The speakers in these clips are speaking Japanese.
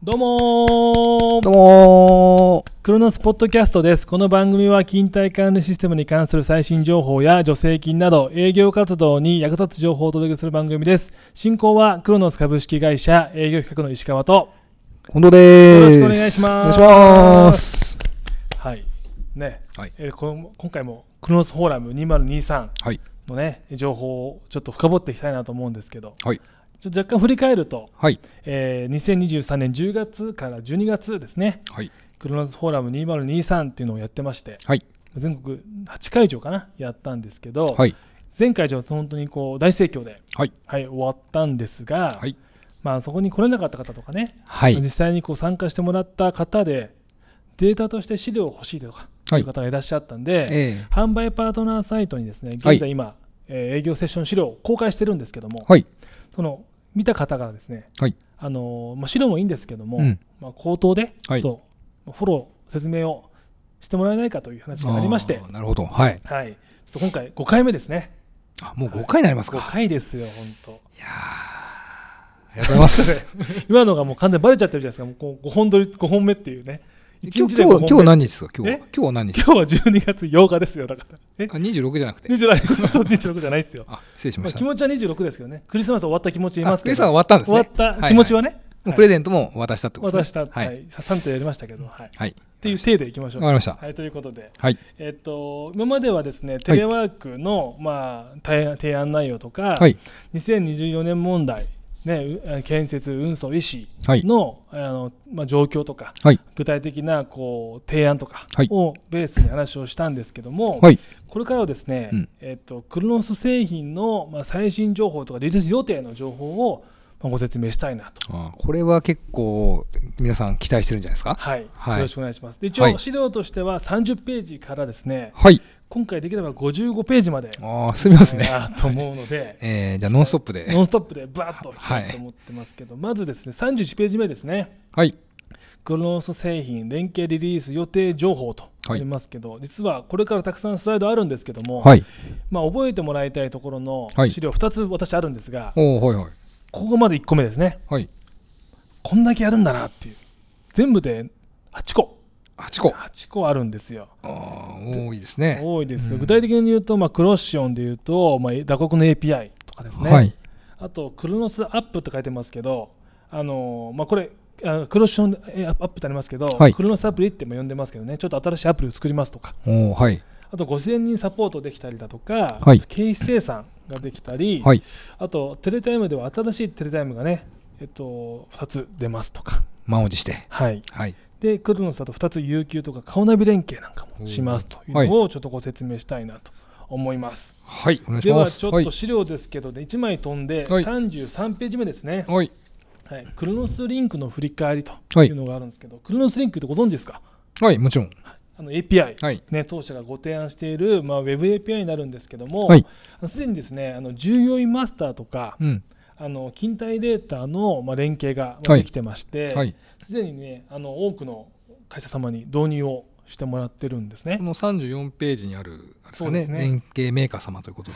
どうもクロノスポッドキャストです。この番組は勤怠管理システムに関する最新情報や助成金など営業活動に役立つ情報をお届けする番組です。進行はクロノス株式会社営業企画の石川と近藤です。 よろしくお願いします。 お願いします。 はいね、 はい、 今回もクロノスフォーラム2023のね、情報をちょっと深掘っていきたいなと思うんですけど、 はい、 ちょっと若干振り返ると、 はい 2023年10月から12月ですね、 はい、 クロノスフォーラム2023っていうのをやってまして、 はい、 全国8会場かなやったんですけど、 はい、 前会場は本当にこう大盛況で、 はいはい、終わったんですが、はい、まあ、そこに来れなかった方とかね、 はい、 実際にこう参加してもらった方でデータとして資料欲しいとかいう方がいらっしゃったんで、販売パートナーサイトにですね、現在今、営業セッション資料を公開してるんですけども、はい、その見た方がですね、はい、資料もいいんですけども、口頭でちょっとフォロー説明をしてもらえないかという話がありまして、 なるほど、はい、 はい、ちょっと今回5回目ですね。 あ、もう5回になりますか。 5回ですよ、本当。 いやありがとうございます今のがもう完全にバレちゃってるじゃないですか。もう5本目っていうね。 今日何日ですか。今日は何日。 今日は12月8日ですよ。だから 26じゃなくて 26じゃないですよ。 失礼しました。 気持ちは26ですけどね。クリスマス終わった気持ちいますけど。 クリスマス終わったんですね。 終わった気持ちはね、 もうプレゼントも渡したってことですね。 渡した、はい、さっさんとやりましたけど、はい、 はい、 っていう体でいきましょう。 わかりました。 はい、ということで、 はい、 今まではですね、テレワークの、提案内容とか、はい、2024年問題、ね、建設運送医師の、状況とか、はい、具体的なこう提案とかをベースに話をしたんですけども、はい、これからはですね、クロノス製品の、最新情報とかリリース予定の情報をご説明したいなと。 これは結構皆さん期待してるんじゃないですか。 はい、はい、よろしくお願いします。で、一応資料としては30ページからですね、はい、今回できれば55ページまで進みますね、 と思うので、 じゃあノンストップでバーッといきたいと思ってますけど、まずですね31ページ目ですね。はい、クロノス製品連携リリース予定情報とありますけど、実はこれからたくさんスライドあるんですけども、覚えてもらいたいところの資料2つ私あるんですが、ここまで1個目ですね。こんだけやるんだなっていう、全部で8個あるんですよ。 多いですね。 多いです。具体的に言うと、クロッションで言うと、打刻の API とかですね、あとクロノスアップって書いてますけど、これクロッションアップってありますけど、クロノスアプリっても呼んでますけどね、ちょっと新しいアプリを作りますとか、あと5000人サポートできたりだとか、経費生産ができたり、あとテレタイムでは新しいテレタイムがね、2つ出ますとか、 満を持して、 でクロノスだと2つ有給とか顔ナビ連携なんかもしますというのをちょっとご説明したいなと思います。 はい、お願いしではます。 ちょっと資料ですけど、1枚飛んで33ページ目ですね。クロノスリンクの振り返りというのがあるんですけど、クロノスリンクってご存知ですか。 はい、もちろん。 API、当社がご提案している、ウェブ API になるんですけども、すでにですね、従業員マスターとか、勤怠データの連携ができてまして、すでにね、多くの会社様に導入をしてもらってるんですね。 この34ページにある連携メーカー様ということで、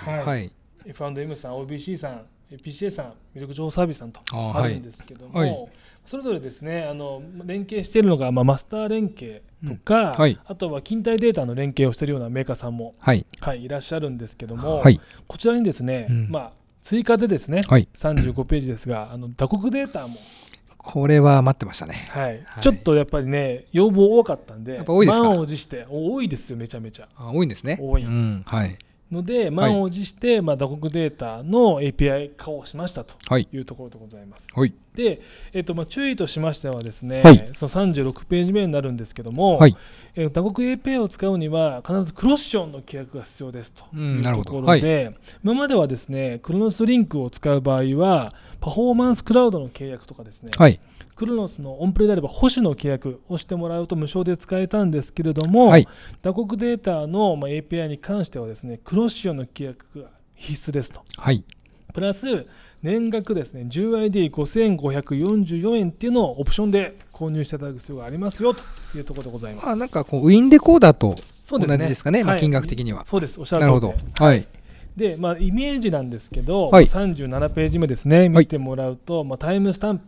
F&M さん、OBC さん、PCA さん、魅力情報サービスさんとあるんですけども、それぞれですね、連携しているのが、マスター連携とか、あとは勤怠データの連携をしているようなメーカーさんも、いらっしゃるんですけども、こちらにですね、追加でですね、35ページですが、打刻データも。 これは待ってましたね。 ちょっとやっぱりね、要望多かったんで、満を持して多いですよ、めちゃめちゃ。 多いんですね。 多い。ので、満を持して、打刻データの API 化をしましたというところでございます。で、注意としましてはですね、その36ページ目になるんですけども、打刻 API を使うには必ずクロッションの契約が必要ですというところで、今まではですね、クロノスリンクを使う場合は、パフォーマンスクラウドの契約とかですね、クロノスのオンプレであれば保守の契約をしてもらうと無償で使えたんですけれども、打刻データの API に関してはですね、クロッションの契約が必須ですと。プラス年額ですね、10ID5544 円っていうのをオプションで購入していただく必要がありますよというところでございます。 なんかこうウィンデコーダーと同じですかね、金額的には。 そうです、おっしゃる通りで。で、イメージなんですけど、37ページ目ですね、見てもらうと、タイムスタンプ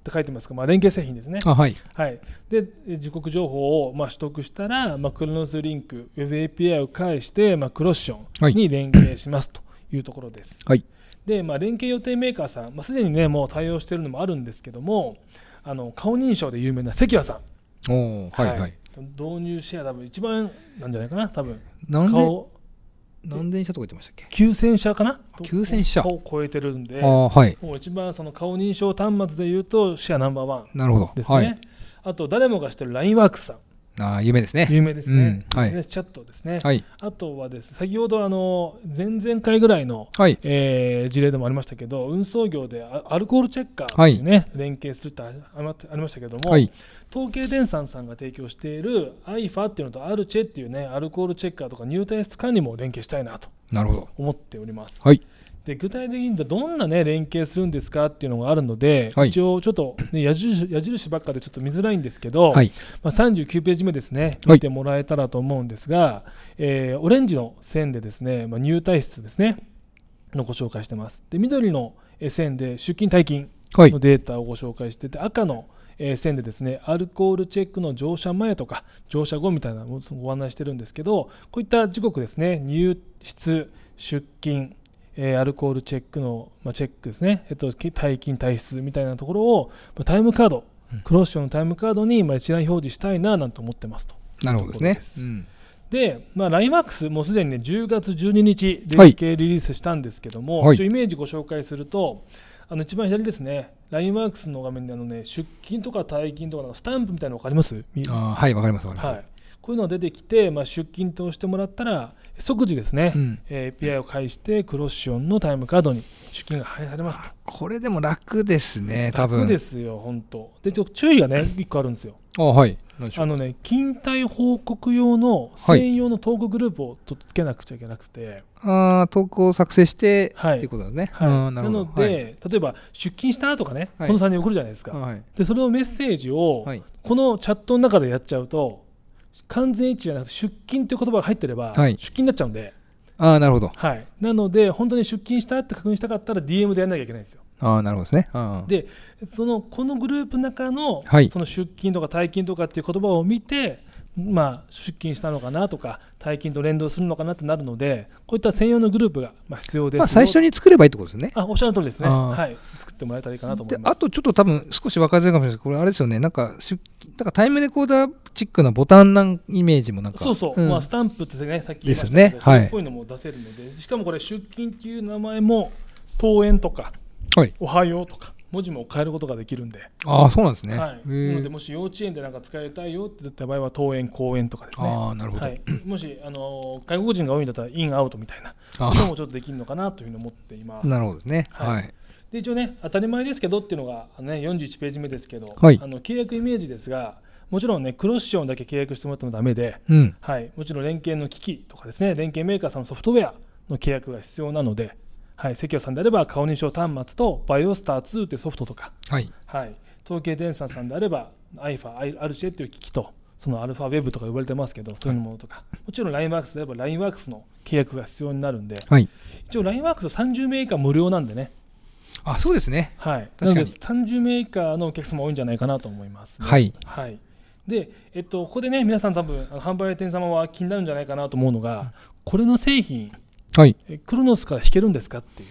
って書いてますが、連携製品ですね。 はいはい、で時刻情報を取得したら、クロノスリンク Web API を介して、クロッションに連携しますというところです。 はい、 で連携予定メーカーさん、すでにねもう対応しているのもあるんですけども、顔認証で有名な関谷さん、 はいはい、 導入シェア多分一番なんじゃないかな、多分何電車とか言ってましたっけ ？9000社かな ？9000社を超えてるんで、 はい、 もう一番その顔認証端末でいうとシェアナンバーワンですね。 はい、 あと誰もが知ってる LINEWORKS さん、 有名ですね。 有名ですね。 はい、 チャットですね。 はい、 あとはですね、先ほど前々回ぐらいの、 はい、 事例でもありましたけど、運送業でアルコールチェッカーというね、連携するってありましたけども、東京電産さんが提供している IFA っていうのとアルチェっていうね、アルコールチェッカーとか入退室管理も連携したいなと思っております。 はい、 で具体的にどんな、ね、連携するんですかっていうのがあるので、一応ちょっと、ね、矢印ばっかでちょっと見づらいんですけど、39ページ目ですね、見てもらえたらと思うんですが、オレンジの線でですね、入退室ですねのご紹介してます。で緑の線で出勤退勤のデータをご紹介してて、赤の線でですねアルコールチェックの乗車前とか乗車後みたいなのをご案内してるんですけど、こういった時刻ですね、入室出勤アルコールチェックの、チェックですね、退勤退出みたいなところをタイムカード、クロッションのタイムカードに一覧表示したいななんて思ってますと。 なるほどですね。 で、LINEWORKS もうすでにね10月12日連携リリースしたんですけども、一応イメージご紹介すると、一番左ですね、LINEWORKS の画面で出勤とか退勤とかスタンプみたいなの分かります？ はい、分かります。 こういうのが出てきて、出勤としてもらったら即時ですね、API を介してクロッションのタイムカードに出勤が反映されますと。 これでも楽ですね、多分。 楽ですよ、本当。で、注意がね、1個あるんですよ。勤怠報告用の専用のトークグループをつけなくちゃいけなくて、 トークを作成してっていうことだね。 なので、例えば出勤したとかね、この3人送るじゃないですか。で、それのメッセージをこのチャットの中でやっちゃうと、完全一致じゃなくて出勤っていう言葉が入ってれば出勤になっちゃうんで、 なるほど。 なので本当に出勤したって確認したかったら DM でやらなきゃいけないんですよ。 なるほどですね。 でこのグループの中の、その出勤とか退勤とかっていう言葉を見て、出勤したのかなとか退勤と連動するのかなってなるので、こういった専用のグループが必要です。 最初に作ればいいってことですね。 おっしゃる通りですね。作ってもらえたらいいかなと思います。 あとちょっと多分少し分かりづらいかもしれないですけど、これあれですよね、なんかタイムレコーダーチックなボタンなんイメージもなんか、 スタンプってね、さっき言いましたけど、そういうのも出せるので、しかもこれ出勤っていう名前も登園とか、おはようとか文字も変えることができるんで。 そうなんですね。 なのでもし幼稚園でなんか使いたいよって言った場合は登園公園とかですね。 なるほど。 もし外国人が多いんだったらインアウトみたいなこともちょっとできるのかなというふうに思っています。 なるほどですね。 で一応ね、当たり前ですけどっていうのが41ページ目ですけど、契約イメージですが、もちろんねクロッションだけ契約してもらってもダメで、もちろん連携の機器とかですね、連携メーカーさんのソフトウェアの契約が必要なので、関谷さんであれば顔認証端末とバイオスター2というソフトとか、東京電産さんであれば IFA、アルチェという機器と、そのアルファウェブとか呼ばれてますけど、そういうものとか、もちろん LINEWORKS であれば LINEWORKS の契約が必要になるんで、一応 LINEWORKS 30名以下無料なんでね。 そうですね。 なので30名以下のお客様多いんじゃないかなと思います、で、ここでね、皆さん多分販売店様は気になるんじゃないかなと思うのが、これの製品、クロノスから引けるんですかっていう。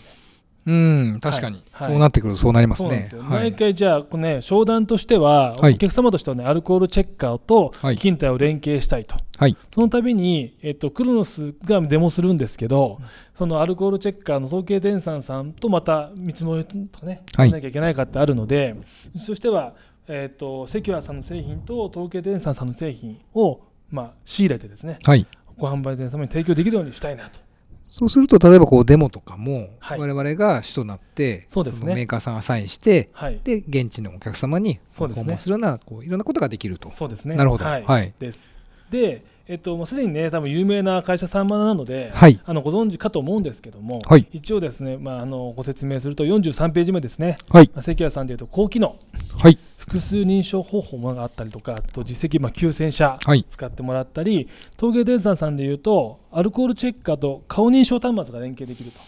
確かに、そうなってくるとそうなりますね。 毎回じゃあ商談としては、お客様としてはね、アルコールチェッカーと勤怠を連携したいと。その度にクロノスがデモするんですけど、そのアルコールチェッカーの東京電産さんとまた見積もりとかね、しなきゃいけないかってあるので、そしては関谷さんの製品と東京電産さんの製品を仕入れてですね、ご販売店様に提供できるようにしたいなと。 そうすると例えばデモとかも我々が主となって、そのメーカーさんがサインして、で現地のお客様に訪問するようないろんなことができると。 そうですね。 なるほど。 です。で、すでにね多分有名な会社様なので、ご存知かと思うんですけども、一応ですね、ご説明すると43ページ目ですね。関谷さんでいうと高機能、複数認証方法もあったりとか、実績9000社使ってもらったり、東京電産さんでいうとアルコールチェッカーと顔認証端末が連携できると。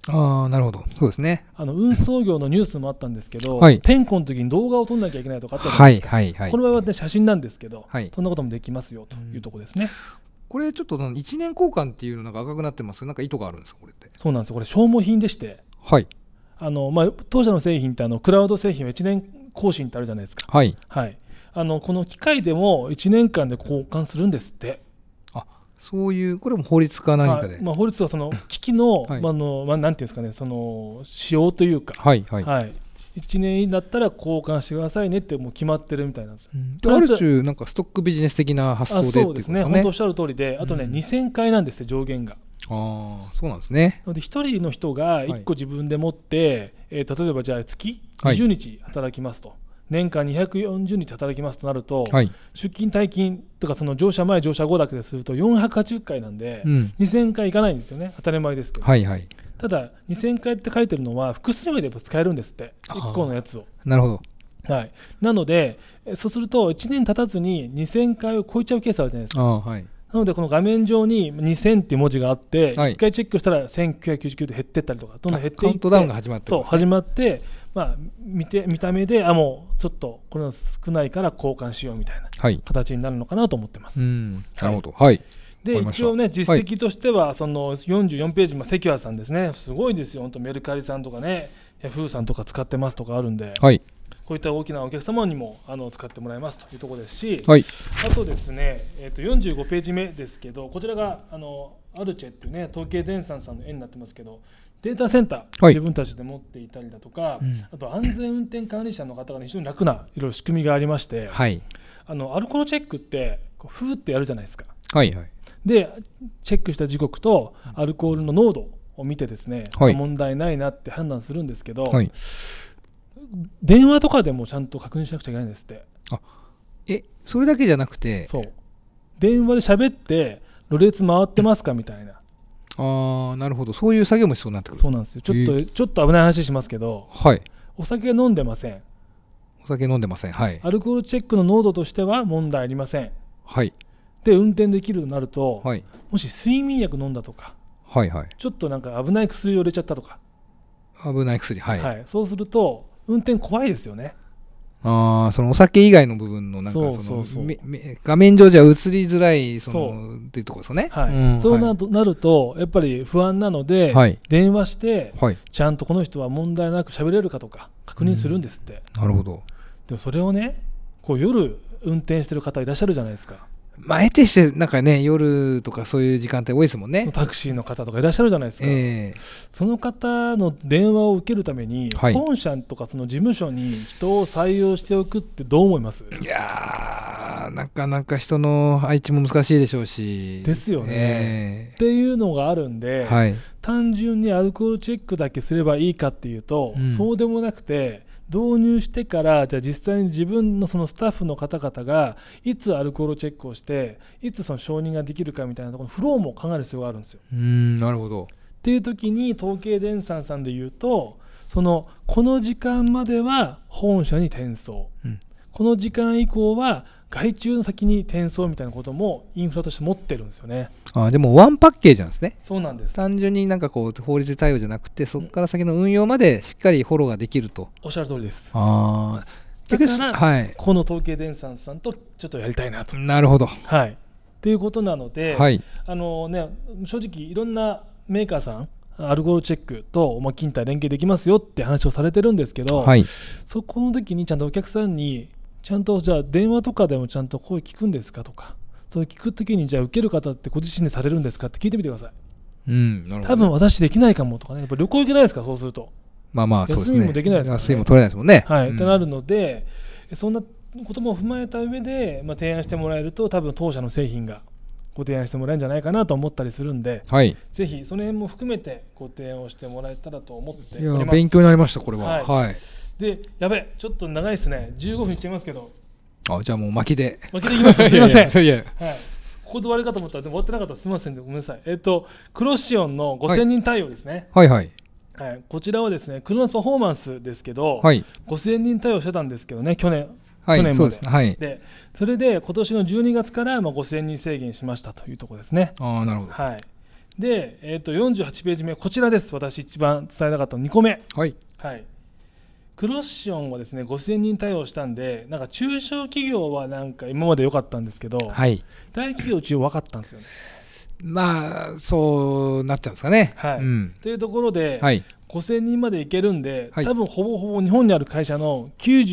なるほど。そうですね。 運送業のニュースもあったんですけど、 はい、 点呼の時に動画を撮んなきゃいけないとかあったじゃないですか。 はいはいはい、 これは、ね、写真なんですけど、 はい、 そんなこともできますよというところですね。 これちょっと1年交換っていうのが赤くなってますけど、なんか意図があるんですか、これって。 そうなんですよ。これ消耗品でして、 はい、 当社の製品ってクラウド製品は1年更新ってあるじゃないですか。 はい、 はい、この機械でも1年間で交換するんですって。 そういう、これも法律か何かで。 法律はその機器の、はい、なんていうんですかね、その仕様というか、 はいはいはい、1年だったら交換してくださいねってもう決まってるみたいなんですよ。 ある種、なんかストックビジネス的な発想でっていうことですね。 本当おっしゃる通りで、あとね、2000回なんですよ、上限が。 そうなんですね。 なので、1人の人が1個自分で持って、例えばじゃあ月20日働きますと。年間240日働きますとなると、はい、出勤退勤とかその乗車前乗車後だけですると480回なんで、2000回いかないんですよね。当たり前ですけど、 はいはい、 ただ2000回って書いてるのは複数名で使えるんですって、1個のやつを。 なるほど。 はい、なのでそうすると1年経たずに2000回を超えちゃうケースあるじゃないですか。 はい、 なのでこの画面上に2000っていう文字があって、1回チェックしたら1999で減ってったりとか、どんどん減っていって、 カウントダウンが始まって、 そう始まって、見た目でもうちょっとこれの少ないから交換しようみたいな形になるのかなと思ってます。 なるほど。はい。 で一応ね、実績としてはその44ページ、関谷さんですね、すごいですよ、本当メルカリさんとかね、ヤフーさんとか使ってますとかあるんで、 はい、 こういった大きなお客様にも使ってもらえますというところですし、 はい、 あとですね、45ページ目ですけど、こちらがアルチェっていうね、東京電産さんの絵になってますけど、データセンター、自分たちで持っていたりだとか、あと安全運転管理者の方が、非常に楽ないろいろ仕組みがありまして、 はい、 アルコールチェックってフーってやるじゃないですか。 はいはい、 でチェックした時刻とアルコールの濃度を見てですね、問題ないなって判断するんですけど、電話とかでもちゃんと確認しなくちゃいけないんですって。 それだけじゃなくて、 そう、電話で喋ってろれつ回ってますかみたいな。 なるほど、そういう作業も必要になってくる。 そうなんですよ。ちょっと危ない話しますけど、 はい、 お酒飲んでません。 お酒飲んでません。はい。 アルコールチェックの濃度としては問題ありません。 はい。 で運転できるとなると、 はい、 もし睡眠薬飲んだとか、 はいはい、 ちょっとなんか危ない薬を入れちゃったとか、 危ない薬、はい、 そうすると運転怖いですよね。 そのお酒以外の部分のなんか画面上じゃ映りづらいっていうところですよね。 そうなるとやっぱり不安なので、電話して、ちゃんとこの人は問題なく喋れるかとか確認するんですって。 なるほど。 でもそれをね、こう夜運転してる方いらっしゃるじゃないですか。 得てしてなんかね、夜とかそういう時間帯多いですもんね。 タクシーの方とかいらっしゃるじゃないですか。その方の電話を受けるために、本社とかその事務所に人を採用しておくってどう思います？ いやー、なかなか人の配置も難しいでしょうし。 ですよね。っていうのがあるんで、単純にアルコールチェックだけすればいいかっていうと、そうでもなくて、導入してからじゃあ実際に自分のそのスタッフの方々がいつアルコールチェックをしていつその承認ができるかみたいなところのフローも考える必要があるんですよ。 なるほど。 っていう時に東京電産さんで言うと、この時間までは本社に転送、この時間以降は外注の先に転送みたいなこともインフラとして持ってるんですよね。 でもワンパッケージなんですね。 そうなんです。 単純になんかこう法律対応じゃなくて、そこから先の運用までしっかりフォローができると。 おっしゃる通りです。だから、この東京電産さんとちょっとやりたいなと。 なるほど。 っていうことなので、正直いろんなメーカーさんアルコールチェックと勤怠連携できますよって話をされてるんですけど、そこの時にちゃんとお客さんにちゃんとじゃあ電話とかでもちゃんと声聞くんですかとか、それ聞くときにじゃあ受ける方ってご自身でされるんですかって聞いてみてください。なるほど。多分私できないかもとかね、やっぱ旅行行けないですから、そうすると。 そうですね。 休みもできないですからね。 休みも取れないですもんね。 ってなるので、そんなことも踏まえた上で、提案してもらえると多分当社の製品がご提案してもらえるんじゃないかなと思ったりするんで、ぜひその辺も含めてご提案をしてもらえたらと思っております。 いや、勉強になりました、これは。 で、やべ、ちょっと長いですね。15分いっちゃいますけど。 じゃあもう巻きで。 巻きでいきます。すみません。 ここで終わりかと思ったら、でも終わってなかったらすみません、ごめんなさい。クロシオンの5000人対応ですね。こちらはですね、クロノスパフォーマンスですけど、5000人対応してたんですけどね、去年まで。で、それで今年の12月から5000人制限しましたというところですね。 なるほど。 で、48ページ目、こちらです。私一番伝えたかった2個目。 はい。 はい。クロッションはですね、5000人対応したんで、なんか中小企業はなんか今まで良かったんですけど、 はい、 大企業中分かったんですよね。 まあ、そうなっちゃうんですかね。 はい。というところで、 はい、 5000人までいけるんで、多分ほぼほぼ日本にある会社の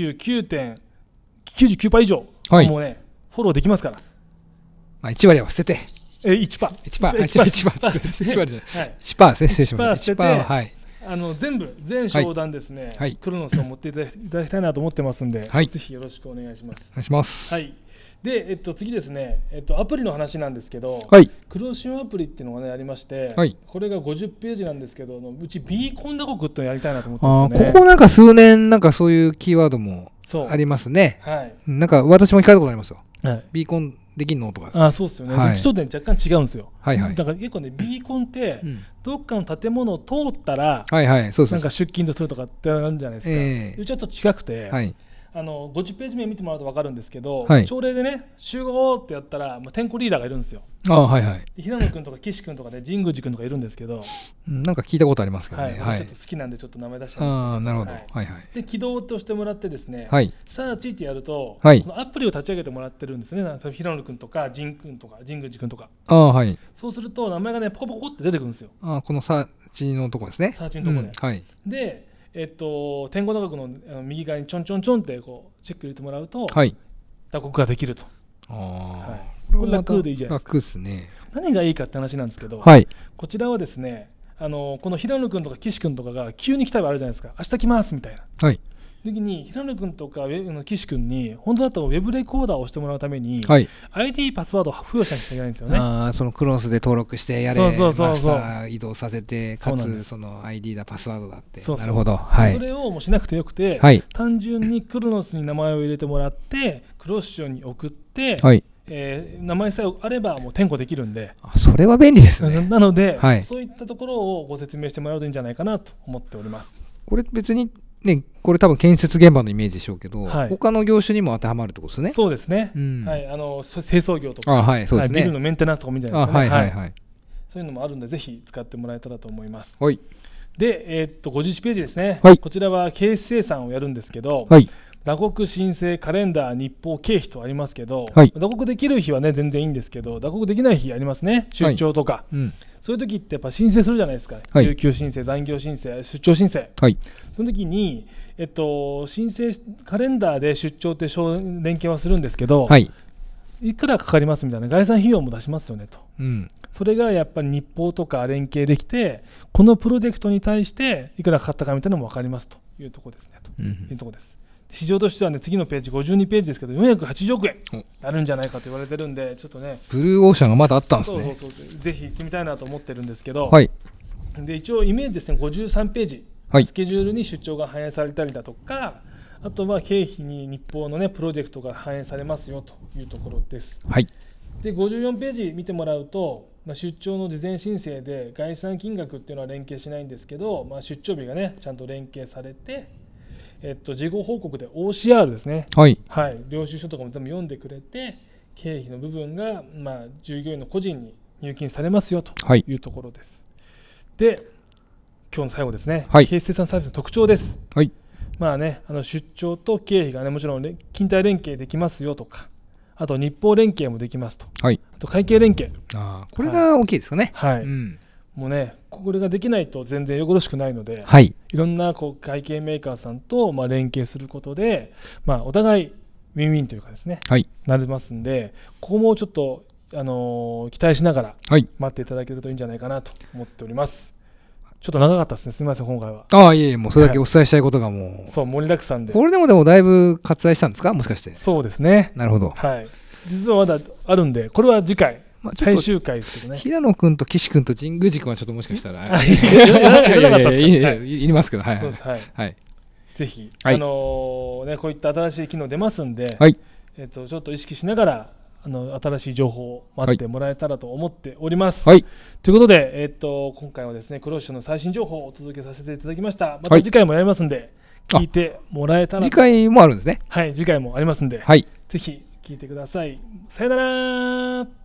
99.99% 以上、もうね、フォローできますから。 まあ、1割は捨てて。 1%。 1%ですね。失礼しました。1%、はい。 全商談ですね、クロノスを持っていただきたいなと思ってますんで、ぜひよろしくお願いします。 お願いします。 はい。で、次ですね、アプリの話なんですけど、クロシオンアプリっていうのがね、ありまして、 これが50ページなんですけど、うちビーコン打刻っていうのやりたいなと思ってますね。 ここなんか数年、なんかそういうキーワードもありますね。なんか私も聞かれたことありますよ。ビーコンできんのとか。 そうですよね。うちとね、若干違うんですよ。だから結構ね、ビーコンって、どっかの建物を通ったら、なんか出勤とするとかってあるんじゃないですか。うちはちょっと違くて、50ページ目見てもらうと分かるんですけど、朝礼でね、集合ってやったら、点呼リーダーがいるんですよ。平野君とか岸君とかで神宮寺君とかいるんですけど、 なんか聞いたことありますけどね。 ちょっと好きなんでちょっと名前出したんですけど。 なるほど。 で、起動としてもらってですね、サーチってやると、アプリを立ち上げてもらってるんですね。平野君とか神宮寺君とか。そうすると名前がね、ポコポコって出てくるんですよ。このサーチのとこですね。 サーチのとこで。で、天候打刻の右側にちょんちょんちょんってこうチェック入れてもらうと、打刻ができると。これ楽でいいじゃないですか。 楽ですね。 何がいいかって話なんですけど、こちらはですね、この平野君とか岸君とかが急に来たらあるじゃないですか。明日来ますみたいな。時に平野君とか岸君に本当だとウェブレコーダーをしてもらうために、ID パスワードを付与しなきゃいけないんですよね。 そのクロノスで登録してやれ、マスター移動させて、かつその ID だパスワードだって。なるほど。 それをもうしなくてよくて、単純にクロノスに名前を入れてもらってクロッションに送って、名前さえあればもう転校できるんで、 それは便利ですね。 なので、そういったところをご説明してもらうといいんじゃないかなと思っております。 これ別にね、これ多分建設現場のイメージでしょうけど、他の業種にも当てはまるってことですね。 そうですね。清掃業とか、ビルのメンテナンスとかもいいんじゃないですかね。そういうのもあるんで、ぜひ使ってもらえたらと思います。で、51ページですね。こちらは経費精算をやるんですけど、打刻、申請、カレンダー、日報、経費とありますけど、打刻できる日はね、全然いいんですけど、打刻できない日ありますね。出張とか。そういう時ってやっぱ申請するじゃないですか。有給申請、残業申請、出張申請。その時に、申請カレンダーで出張って連携はするんですけど、いくらかかりますみたいな概算費用も出しますよねと。それがやっぱり日報とか連携できて、このプロジェクトに対していくらかかったかみたいなのも分かりますというところですね。というところです。市場としてはね、次のページ52ページですけど、480億円あるんじゃないかと言われてるんで、ちょっとね、 ブルーオーシャンがまだあったんですね。 ぜひ行ってみたいなと思ってるんですけど、で一応イメージですね、53ページ、スケジュールに出張が反映されたりだとか、あとは経費に日報のねプロジェクトが反映されますよというところです。で54ページ見てもらうと、出張の事前申請で概算金額っていうのは連携しないんですけど、出張日がねちゃんと連携されて、事後報告で OCR ですね、領収書とかも全部読んでくれて、経費の部分が、従業員の個人に入金されますよというところです。で、今日の最後ですね、経費精算サービスの特徴です。出張と経費がね、もちろん勤怠連携できますよとか、あと日報連携もできますと、あと会計連携、 これが大きいですかね。 もうね、これができないと全然よろしくないので、いろんな会計メーカーさんと連携することで、お互いウィンウィンというかですね、なりますんで、ここもちょっと、期待しながら待っていただけるといいんじゃないかなと思っております。ちょっと長かったですね、すみません、今回は。 いえいえ、もうそれだけお伝えしたいことがもう、 そう、盛りだくさんで。 これでもだいぶ割愛したんですか、もしかして。 そうですね。 なるほど。 実はまだあるんで、これは次回。最終回ですけどね。 平野君と岸君と神宮寺君はちょっともしかしたらいりますけど、 ぜひこういった新しい機能出ますんで、ちょっと意識しながら新しい情報を待ってもらえたらと思っております。ということで、今回はですね、クロッションの最新情報をお届けさせていただきました。また次回もやりますんで、聞いてもらえたら。 次回もあるんですね。 次回もありますんで、ぜひ聞いてください。さよなら。